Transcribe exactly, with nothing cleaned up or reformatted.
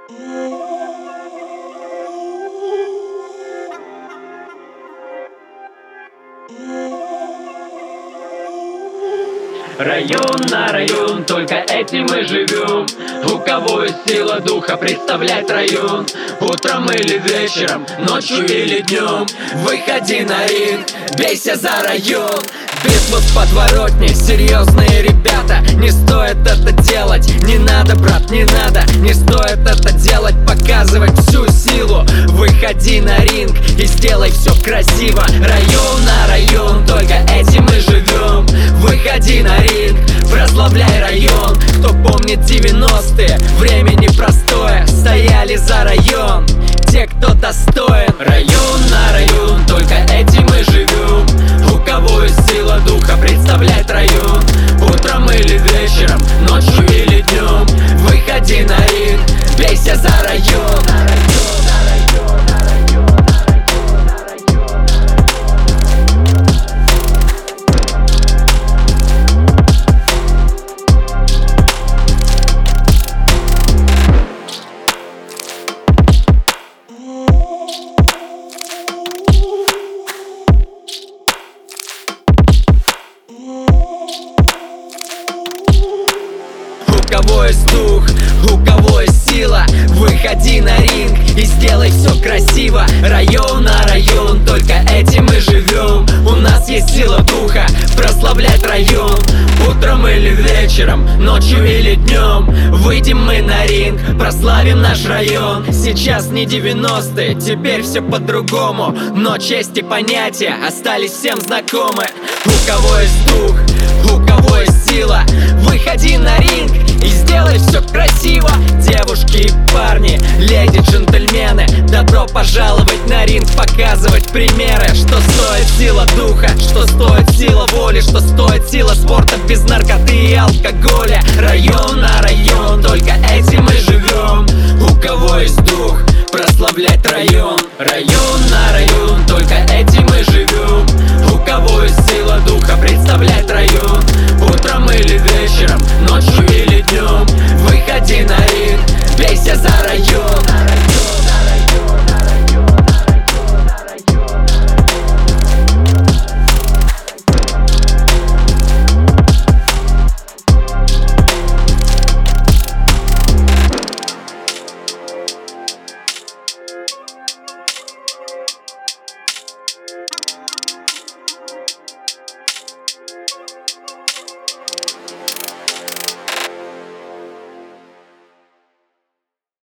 Район на район, только этим мы живем. У кого есть сила духа представлять район? Утром или вечером, ночью или днем, выходи на ринг, бейся за район. Битва в подворотне, серьезные ребята. Не стоит это делать, не надо, брат, не надо. Не стоит это делать, показывать всю силу. Выходи на ринг и сделай все красиво. Район на район, только этим мы живем. Выходи на ринг, прославляй район. Кто помнит девяностые, время непростое. Стояли за район те, кто достоин. Район на район, только этим мы живем. У кого есть сила духа представлять район? Утром или вечером, ночью или днем, выходи на ринг, бейся за район. У кого есть дух, у кого есть сила, выходи на ринг и сделай все красиво. Район на район, только этим мы живем. У нас есть сила духа, прославлять район. Утром или вечером, ночью или днем, выйдем мы на ринг, прославим наш район. Сейчас не девяностые, теперь все по-другому, но честь и понятия остались всем знакомы. У кого есть дух, у кого есть сила, выходи на ринг и сделай все красиво. Девушки и парни, леди, джентльмены, добро пожаловать на ринг, показывать примеры. Что стоит сила духа, что стоит сила воли, что стоит сила спорта без наркоты и алкоголя.